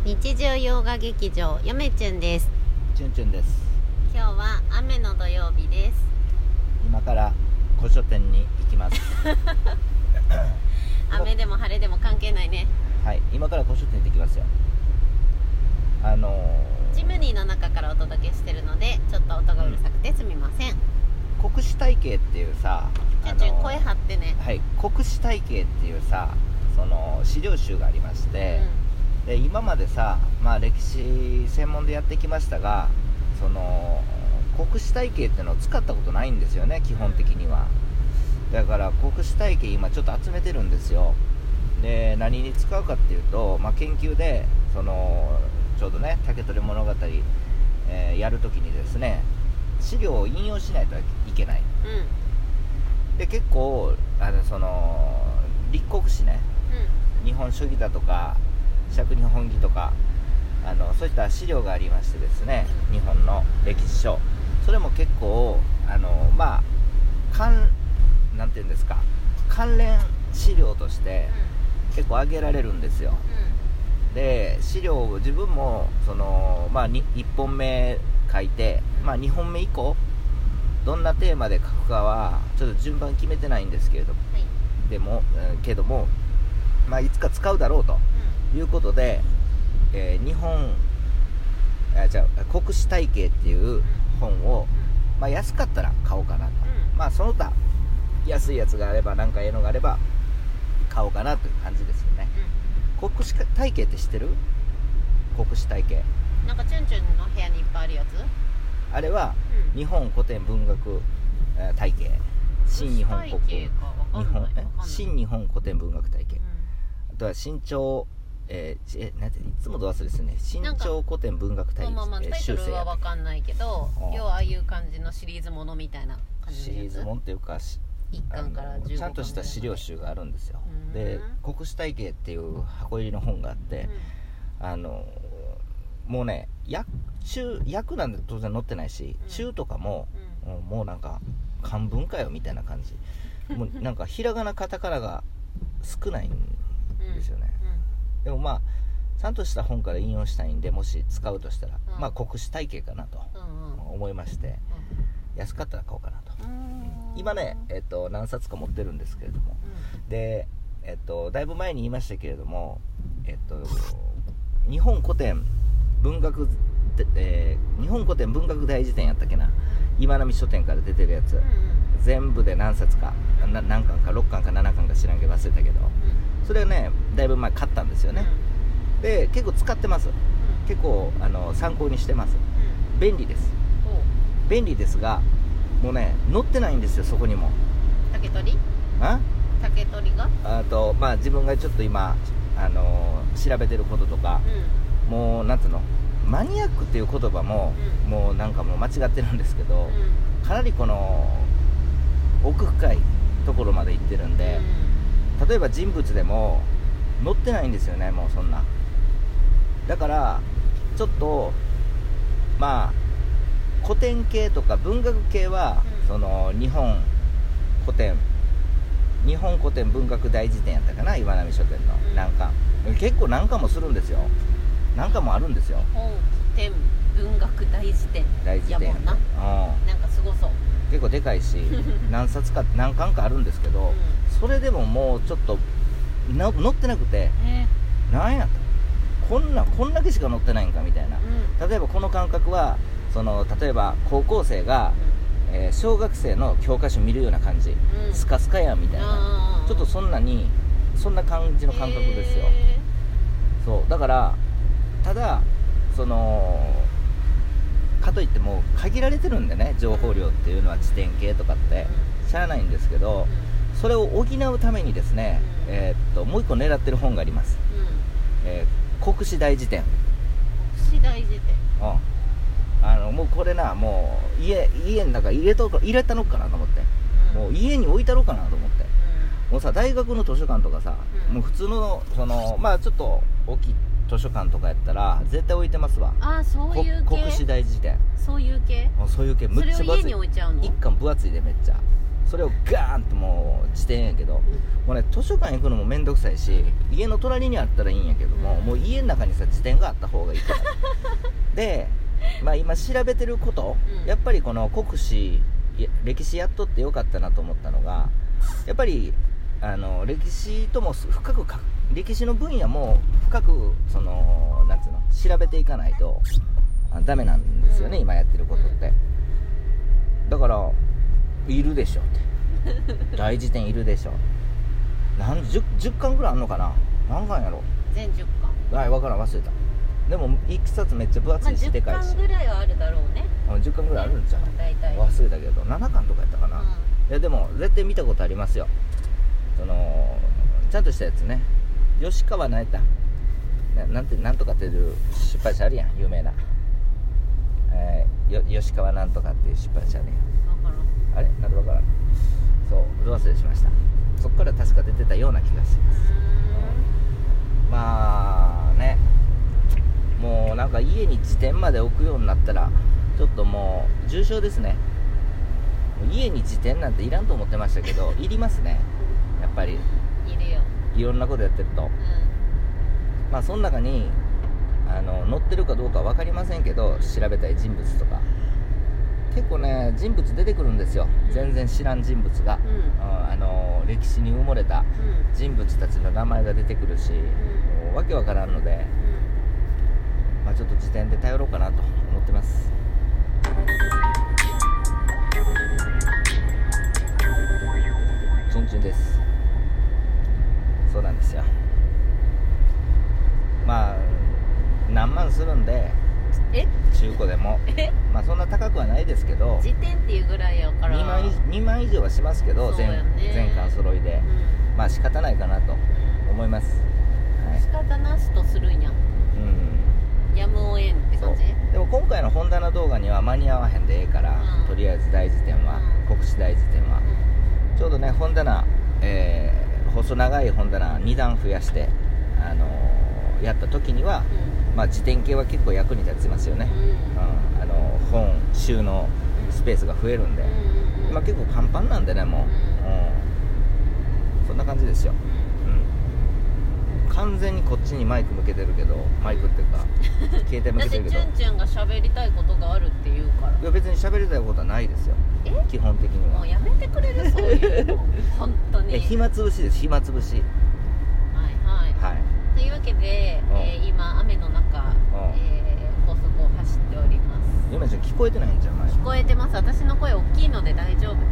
日常洋画劇場よめちゅんです。 チュンチュンです。 今日は雨の土曜日です。 今から古書店に行きます雨でも晴れでも関係ないね。 はい、今から古書店に行ってきますよ。 チムニーの中からお届けしてるのでちょっと音がうるさくてすみません。 国史体系っていうさ、 チュンチュン声張ってね。 はい、国史体系っていうさ、その資料集がありまして、で今までさ、歴史専門でやってきましたが、その国史体系っていうのを使ったことないんですよね、基本的には。だから国史体系今ちょっと集めてるんですよ。で何に使うかっていうと、研究でそのちょうどね竹取物語、やるときにですね、資料を引用しないといけない、で結構その立国史ね、日本書紀だとか釈日本紀とかそういった資料がありましてですね、日本の歴史書、それも結構なんていうんですか、関連資料として結構挙げられるんですよ。で資料を自分もその、1本目書いて、2本目以降どんなテーマで書くかはちょっと順番決めてないんですけれども、けども、いつか使うだろうということで、国史体系っていう本を、安かったら買おうかなと、その他安いやつがあれば、なんかええのがあれば買おうかなという感じですよね。国史体系って知ってる？国史体系なんかチュンチュンの部屋にいっぱいあるやつ、 あれは、日本古典文学体系、新日本古典文学体系、あとは新潮なんていつもど忘れですね、新潮古典文学体系、 タイトルは分かんないけど、要はああいう感じのシリーズものみたいな感じのやつ、 シリーズもんっていうか 1巻から15巻ちゃんとした資料集があるんですよ。で国史体系っていう箱入りの本があって、もうね訳なんて当然載ってないし、中とかも、もうなんか漢文かよみたいな感じもうなんかひらがなカタカナが少ないんですよね。でもちゃんとした本から引用したいんで、もし使うとしたら、国史体系かなと思いまして、安かったら買おうかなと。今ね、何冊か持ってるんですけれども、で、だいぶ前に言いましたけれども、日本古典文学大辞典やったっけな、岩波書店から出てるやつ、全部で何冊か、何巻か6巻か7巻か知らんけど忘れたけど、それをねだいぶ前買ったんですよね。で結構使ってます。結構参考にしてます。便利ですが、もうね載ってないんですよ、そこにも。 竹取が自分がちょっと今調べてることとか、もうなんつうの、マニアックっていう言葉も、もうなんかもう間違ってるんですけど、かなりこの奥深いところまで行ってるんで、例えば人物でも載ってないんですよね、もうそんな。だからちょっと古典系とか文学系は、その日本古典文学大辞典やったかな、岩波書店の何巻、結構何巻もするんですよ。何巻もあるんですよ。 本典文学大辞典やもんな。なんかすごそう。 結構でかいし何巻かあるんですけど、それでももうちょっと載ってなくて、なんやと、こんだけしか載ってないんかみたいな。例えばこの感覚は、例えば高校生が、小学生の教科書見るような感じ、スカスカやんみたいな、ちょっとそんな感じの感覚ですよ。そうだから、ただかといっても限られてるんでね、情報量っていうのは辞典系とかってしゃあないんですけど、それを補うためにですね、もう一個狙ってる本があります。国史大辞典。もうこれな、もう家の中入れたのかなと思って、もう家に置いたろうかなと思って、もうさ、大学の図書館とかさ、もう普通のちょっと大きい図書館とかやったら絶対置いてますわ。 そういう系。 国史大辞典、 そういう系むっちゃ分厚い。 それを家に置いちゃうの？ 一巻分厚いでめっちゃ。 それをガーンともう辞典やけど、もうね図書館行くのもめんどくさいし、家の隣にあったらいいんやけども、もう家の中にさ辞典があった方がいいからで、まあ、今調べてること、やっぱりこの国史歴史やっとってよかったなと思ったのが、やっぱり歴史とも深く歴史の分野も深くなんつうの調べていかないとダメなんですよね、今やってることって。だからいるでしょって大辞典いるでしょ。10巻ぐらいあんのかな、何巻やろ、 全10巻。 はい、分からん、忘れた。でも1冊めっちゃ分厚いし、でかいし、 10巻ぐらいはあるだろうね。 10巻ぐらいあるんちゃう、 大体忘れたけど7巻とかやったかな、いやでも絶対見たことありますよ。ちゃんとしたやつね。吉川何やったなんとかっていう出版社あるやん、有名な、吉川なんとかっていう出版社あるやん。 分からん。 あれなんで分からん。そうど忘れしました。そっから確か出てたような気がします。まあね、もうなんか家に辞典まで置くようになったらちょっともう重症ですね。家に辞典なんていらんと思ってましたけどいりますね、やっぱり。 いるよ、 いろんなことやってると、まあその中に載ってるかどうかは分かりませんけど、調べたい人物とか結構ね人物出てくるんですよ、全然知らん人物が、歴史に埋もれた人物たちの名前が出てくるし、もうわけわからんので、まあ、ちょっと辞典で頼ろうかなと思ってます。チュンチュンです。そうなんですよ。まあ何万するんで、中古でもまあそんな高くはないですけど、 辞典っていうぐらいやから 2万以上はしますけど、全巻揃いで、まあ仕方ないかなと思います、はい、 仕方なしとするんや、やむをえんって感じ。 でも今回の本棚動画には間に合わへんでええから、とりあえず大辞典は、国史大辞典は、ちょうどね本棚、細長い本棚2段増やして、やった時には、まあ、辞典系は結構役に立ちますよね、本収納スペースが増えるんで、今結構パンパンなんでね、もう、そんな感じですよ、完全にこっちにマイク向けてるけど、マイクっていうか携帯向けてるけど、 だってチュンチュンが喋りたいことがあるって言うから。 いや別に喋りたいことはないですよ、基本的には。 もうやめてくれる、そういうの本当に。 暇つぶしです、暇つぶし。はいというわけで、今雨の中、高速を走っております。 ゆめちゃん聞こえてないんじゃない？ 聞こえてます。私の声大きいので大丈夫です、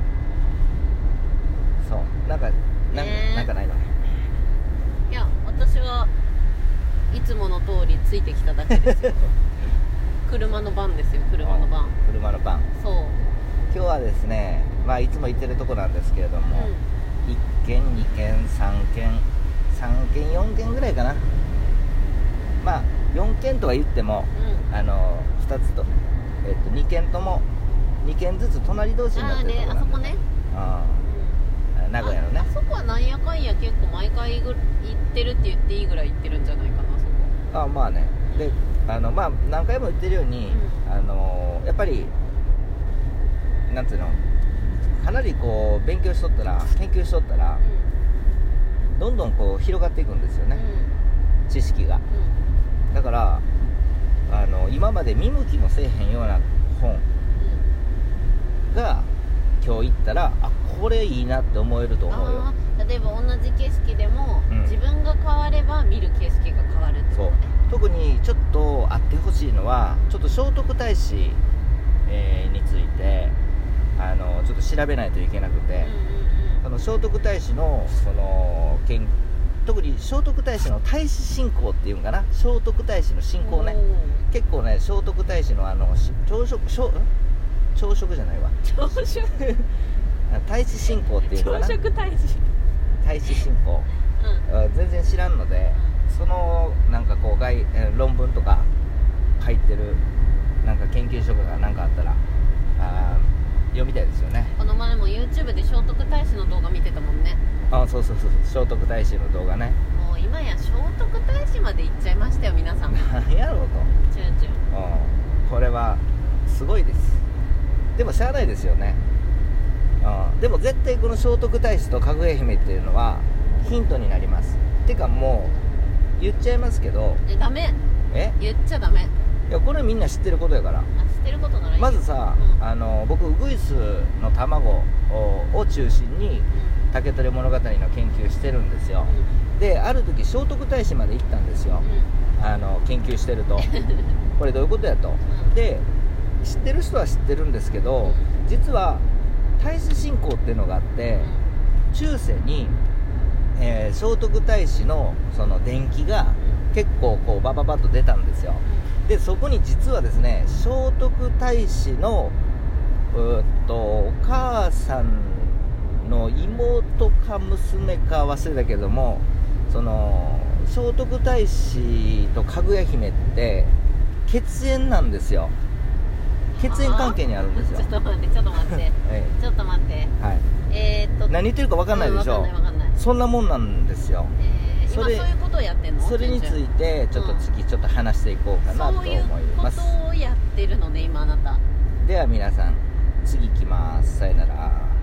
そうなんかないの。 いや私はいつもの通りついてきただけですよ車の番ですよ、車の番。そう、 今日はですね、まあいつも行ってるとこなんですけれども、1軒2軒3軒4軒ぐらいかな。まあ4軒とは言っても、2つと、2軒とも2軒ずつ隣同士になってるところなんで、 あそこね、 名古屋のね。 あそこはなんやかんや結構毎回行ってるって言っていいぐらい行ってるんじゃないかな、そこ。 まあね。でまあ何回も言ってるように、やっぱりなんつうの、かなりこう研究しとったら、どんどんこう広がっていくんですよね、知識が、だから今まで見向きもせえへんような本が今日行ったら、これいいなって思えると思うよ。 例えば同じ景色でも、自分が変われば見る景色が変わるってことね。 特にちょっとあってほしいのは、ちょっと聖徳太子、についてちょっと調べないといけなくて、その聖徳太子の特に聖徳太子の太子信仰っていうんかな、聖徳太子の信仰ね、結構ね聖徳太子の朝食じゃないわ、太子信仰っていうのかな、 朝食太子信仰、全然知らんので、そのなんかこう論文とか書いてるなんか研究所がなんかあったら読みたいですよね。 この前も YouTube で聖徳太子の動画見てたもんね。 そう聖徳太子の動画ね。 もう今や聖徳太子まで行っちゃいましたよ、皆さん。 何やろうと。 チュンチュン。 これはすごいです。でもしゃあないですよね。 でも絶対この聖徳太子とかぐや姫っていうのはヒントになります。てかもう言っちゃいますけど、 ダメ、言っちゃダメ。 いやこれみんな知ってることやから。 知ってることならいい。 まずさ、僕ウグイスの卵を中心に竹取物語の研究してるんですよ。である時聖徳太子まで行ったんですよ、研究してるとこれどういうことやと、で知ってる人は知ってるんですけど、実は太子信仰っていうのがあって、中世に、聖徳太子のその伝記が結構こうバババッと出たんですよ。でそこに実はですね、聖徳太子のお母さんの妹か娘か忘れたけども、その聖徳太子とかぐや姫って血縁なんですよ。血縁関係にあるんですよ。 ちょっと待ってちょっと待ってちょっと待って、 はい、何言ってるか分かんないでしょ。 分かんない。 そんなもんなんですよ。 今そういうことをやってんの？ それについてちょっと次ちょっと話していこうかなと思います。 そういうことをやってるのね今あなた。 では皆さん次行きます。さよなら。